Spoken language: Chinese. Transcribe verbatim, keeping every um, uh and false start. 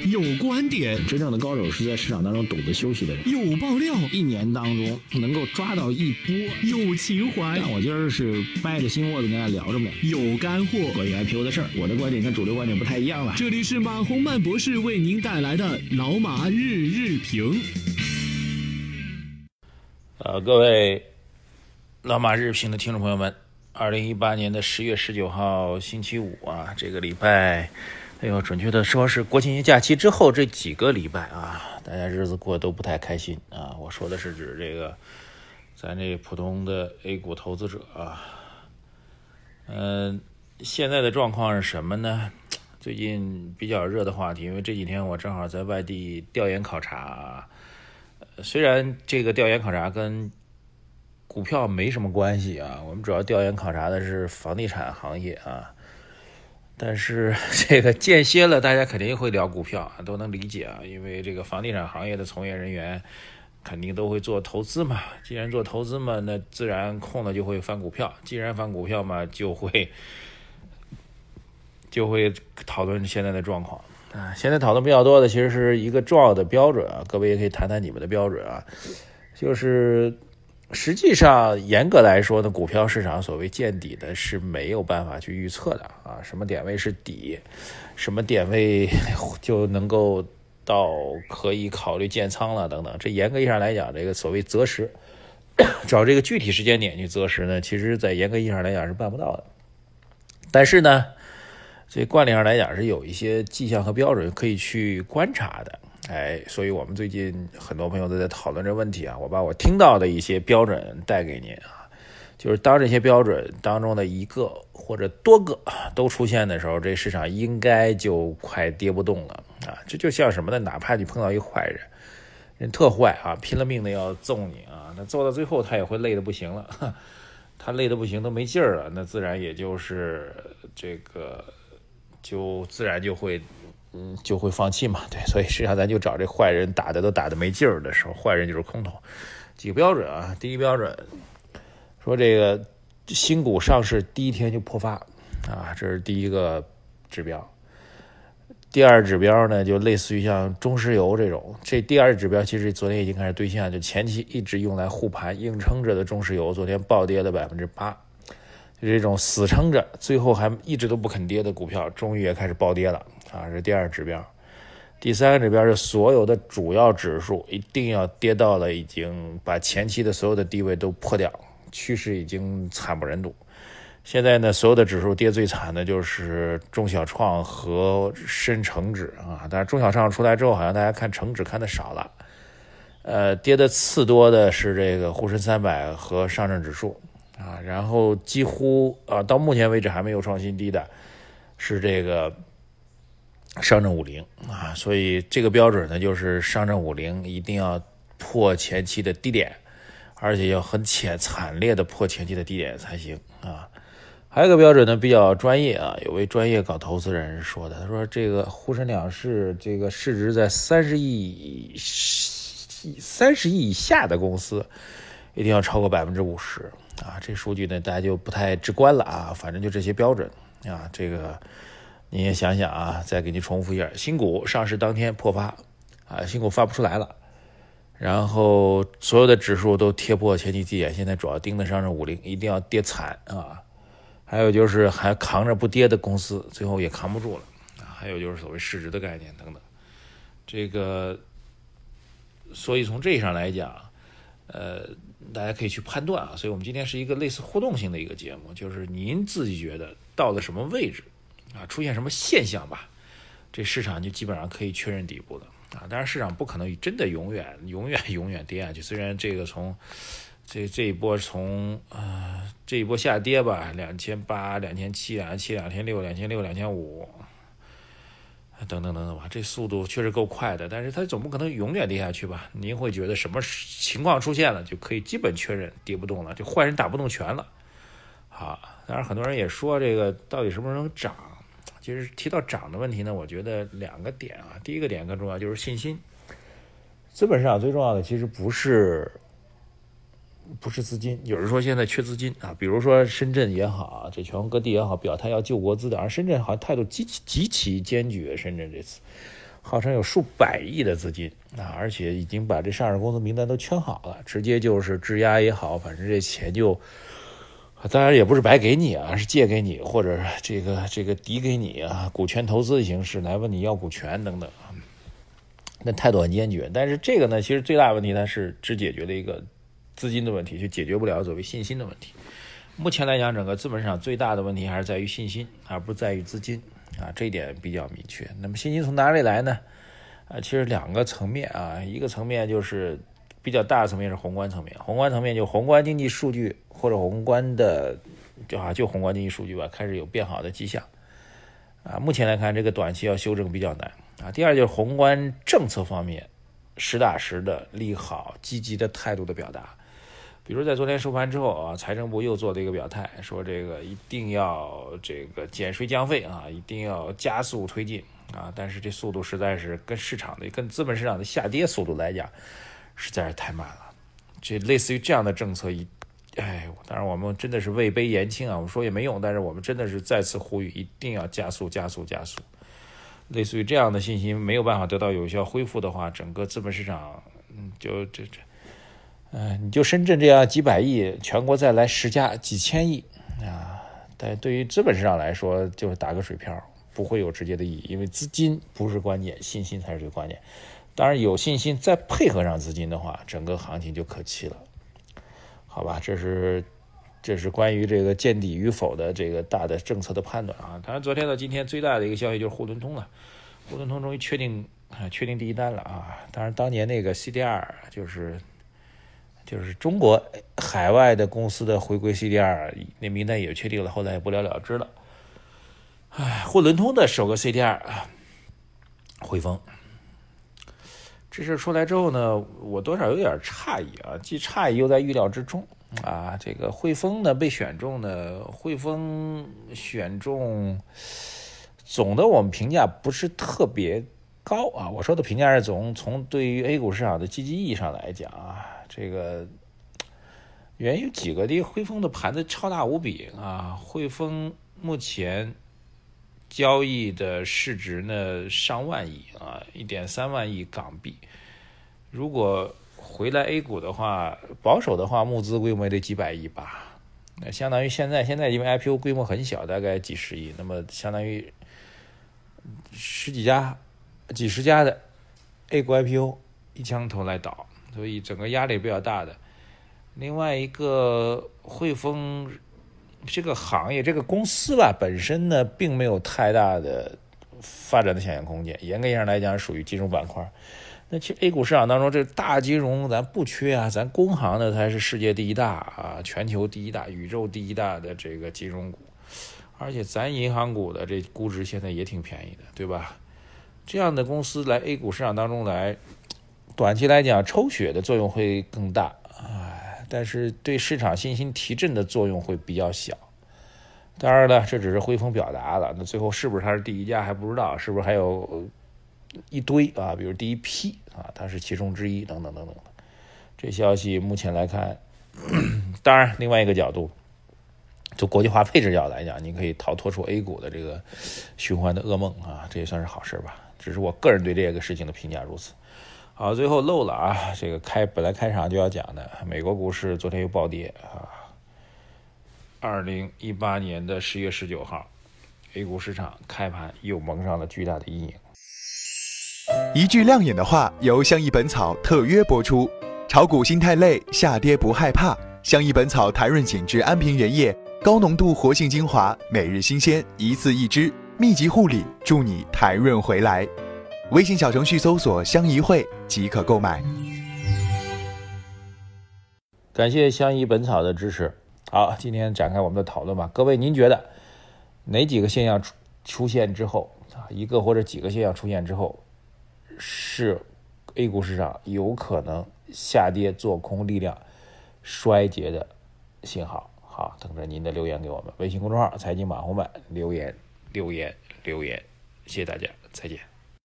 有观点， 真正的高手是在市场当中懂得休息的人。 有爆料， 一年当中能够抓到一波， 有情怀。 但我今儿是掰着心窝子跟大家聊着呢， 有干货。 关于 I P O 的事儿，我的观点跟主流观点不太一样了。 这里是马洪曼博士为您带来的老马日日评。 呃，各位老马日评的听众朋友们，二零一八年的十月十九号星期五啊，这个礼拜，哎呦，准确的说是国庆节假期之后这几个礼拜啊，大家日子过得都不太开心啊。我说的是指这个咱这普通的 A 股投资者啊，嗯、呃，现在的状况是什么呢？最近比较热的话题，因为这几天我正好在外地调研考察。虽然这个调研考察跟股票没什么关系啊，我们主要调研考察的是房地产行业啊，但是这个间歇了，大家肯定会聊股票啊，都能理解啊，因为这个房地产行业的从业人员肯定都会做投资嘛，既然做投资嘛，那自然空了就会翻股票，既然翻股票嘛，就会就会讨论现在的状况。啊，现在讨论比较多的其实是一个重要的标准啊，各位也可以谈谈你们的标准啊，就是实际上严格来说呢，股票市场所谓见底的是没有办法去预测的啊，什么点位是底，什么点位就能够到可以考虑建仓了等等，这严格意义上来讲，这个所谓择时找这个具体时间点去择时呢，其实在严格意义上来讲是办不到的，但是呢所以惯例上来讲是有一些迹象和标准可以去观察的，哎，所以我们最近很多朋友都在讨论这问题啊，我把我听到的一些标准带给您啊，就是当这些标准当中的一个或者多个都出现的时候，这市场应该就快跌不动了啊，这就像什么呢？哪怕你碰到一个坏人，人特坏啊，拼了命的要揍你啊，那揍到最后他也会累得不行了，他累得不行都没劲儿了，那自然也就是这个。就自然就会，嗯，就会放弃嘛，对，所以实际上咱就找这坏人打的都打的没劲儿的时候，坏人就是空头。几个标准啊，第一标准说这个新股上市第一天就破发啊，这是第一个指标。第二指标呢，就类似于像中石油这种，这第二指标其实昨天已经开始兑现，就前期一直用来护盘硬撑着的中石油，昨天暴跌了百分之八。就这种死撑着最后还一直都不肯跌的股票终于也开始暴跌了啊，这是第二指标。第三个指标是所有的主要指数一定要跌到了已经把前期的所有的低位都破掉，趋势已经惨不忍睹。现在呢，所有的指数跌最惨的就是中小创和深成指啊，但是中小创出来之后好像大家看成指看的少了，呃，跌的次多的是这个沪深三百和上证指数啊，然后几乎啊到目前为止还没有创新低的是这个上证五零啊，所以这个标准呢就是上证五零一定要破前期的低点，而且要很浅惨烈的破前期的低点才行啊。还有一个标准呢比较专业啊，有位专业搞投资人说的，他说这个沪深两市这个市值在三十亿三十亿以下的公司一定要超过百分之五十。啊，这数据呢，大家就不太直观了啊。反正就这些标准啊，这个你也想想啊，再给你重复一下：新股上市当天破发啊，新股发不出来了，然后所有的指数都贴破前期低点，现在主要盯的上证五零，一定要跌惨啊。还有就是还扛着不跌的公司，最后也扛不住了啊。还有就是所谓市值的概念等等，这个，所以从这上来讲，呃。大家可以去判断啊，所以我们今天是一个类似互动性的一个节目，就是您自己觉得到了什么位置啊，出现什么现象吧，这市场就基本上可以确认底部的啊。当然市场不可能真的永远永远永远跌下去，虽然这个从这这一波从呃这一波下跌吧，两千八、两千七、两千七、两千六、两千六、两千五。等等等等吧，这速度确实够快的，但是它总不可能永远跌下去吧？您会觉得什么情况出现了就可以基本确认跌不动了，就坏人打不动拳了？好，当然很多人也说这个到底什么时候能涨？其实提到涨的问题呢，我觉得两个点啊，第一个点更重要就是信心。资本市场最重要的其实不是不是资金，有人说现在缺资金啊，比如说深圳也好，这全国各地也好，表态要救国资的，而深圳好像态度极其极其坚决。深圳这次， 号称有数百亿的资金啊，而且已经把这上市公司名单都圈好了，直接就是质押也好，反正这钱就当然也不是白给你啊，是借给你，或者这个这个抵给你啊，股权投资的形式来问你要股权等等。那态度很坚决，但是这个呢，其实最大的问题它是只解决了一个资金的问题，就解决不了所谓信心的问题。目前来讲，整个资本市场最大的问题还是在于信心，而不在于资金啊，这一点比较明确。那么信心从哪里来呢？啊，其实两个层面啊，一个层面就是比较大的层面是宏观层面，宏观层面就宏观经济数据或者宏观的就啊就宏观经济数据吧，开始有变好的迹象啊。目前来看，这个短期要修正比较难啊。第二就是宏观政策方面，实打实的利好、积极的态度的表达。比如在昨天收盘之后啊，财政部又做了一个表态，说这个一定要这个减税降费啊，一定要加速推进啊。但是这速度实在是跟市场的、跟资本市场的下跌速度来讲，实在是太慢了。这类似于这样的政策一，哎，当然我们真的是位卑言轻啊，我们说也没用，但是我们真的是再次呼吁，一定要加速、加速、加速。类似于这样的信心没有办法得到有效恢复的话，整个资本市场，嗯，就这这。呃，你就深圳这样几百亿，全国再来十家几千亿啊，但对于资本市场来说，就是打个水漂，不会有直接的意义，因为资金不是关键，信心才是最关键。当然有信心再配合上资金的话，整个行情就可期了。好吧，这是这是关于这个见底与否的这个大的政策的判断啊。当然，昨天到今天最大的一个消息就是沪伦通了，沪伦通终于确定啊确定第一单了啊。当然，当年那个 C D R 就是。就是中国海外的公司的回归 C D R 那名单也确定了，后来也不了了之了。唉，沪伦通的首个 C D R 汇丰，这事出来之后呢，我多少有点诧异啊，既诧异又在预料之中啊。这个汇丰呢被选中呢，汇丰选中，总的我们评价不是特别高啊。我说的评价是总从对于 A 股市场的积极意义上来讲啊。这个原因有几个，第一，汇丰的盘子超大无比啊，汇丰目前交易的市值呢上万亿啊，一点三万亿港币。如果回来 A 股的话，保守的话募资规模得几百亿吧，那相当于现在现在因为 I P O 规模很小，大概几十亿，那么相当于十几家、几十家的 A 股 I P O 一枪头来倒。所以整个压力比较大的。另外一个，汇丰这个行业这个公司吧本身呢并没有太大的发展的想象空间，严格意义上来讲属于金融板块。那其实 A 股市场当中这大金融咱不缺啊，咱工行的才是世界第一大啊，全球第一大、宇宙第一大的这个金融股，而且咱银行股的这估值现在也挺便宜的，对吧？这样的公司来 A 股市场当中来，短期来讲抽血的作用会更大，但是对市场信心提振的作用会比较小。当然了，这只是汇丰表达了，那最后是不是它是第一家还不知道，是不是还有一堆啊，比如第一批啊，它是其中之一等等等等。这消息目前来看，当然另外一个角度，从国际化配置角度来讲，你可以逃脱出 A 股的这个循环的噩梦啊，这也算是好事吧。只是我个人对这个事情的评价如此。好，最后漏了啊，这个开本来开场就要讲的，美国股市昨天又暴跌啊。二零一八年的十月十九号 ，A 股市场开盘又蒙上了巨大的阴影。 一句亮眼的话，由相宜本草特约播出。炒股心太累，下跌不害怕。相宜本草弹润紧致安瓶原液，高浓度活性精华，每日新鲜，一次一支，密集护理，助你弹润回来。微信小程序搜索相宜会即可购买。 感谢相宜本草的支持。好，今天展开我们的讨论吧。各位，您觉得哪几个现象出现之后啊，一个或者几个现象出现之后，是 A 股市场有可能下跌做空力量衰竭的信号？好，等着您的留言给我们。微信公众号财经马红版留言留言留言，谢谢大家，再见。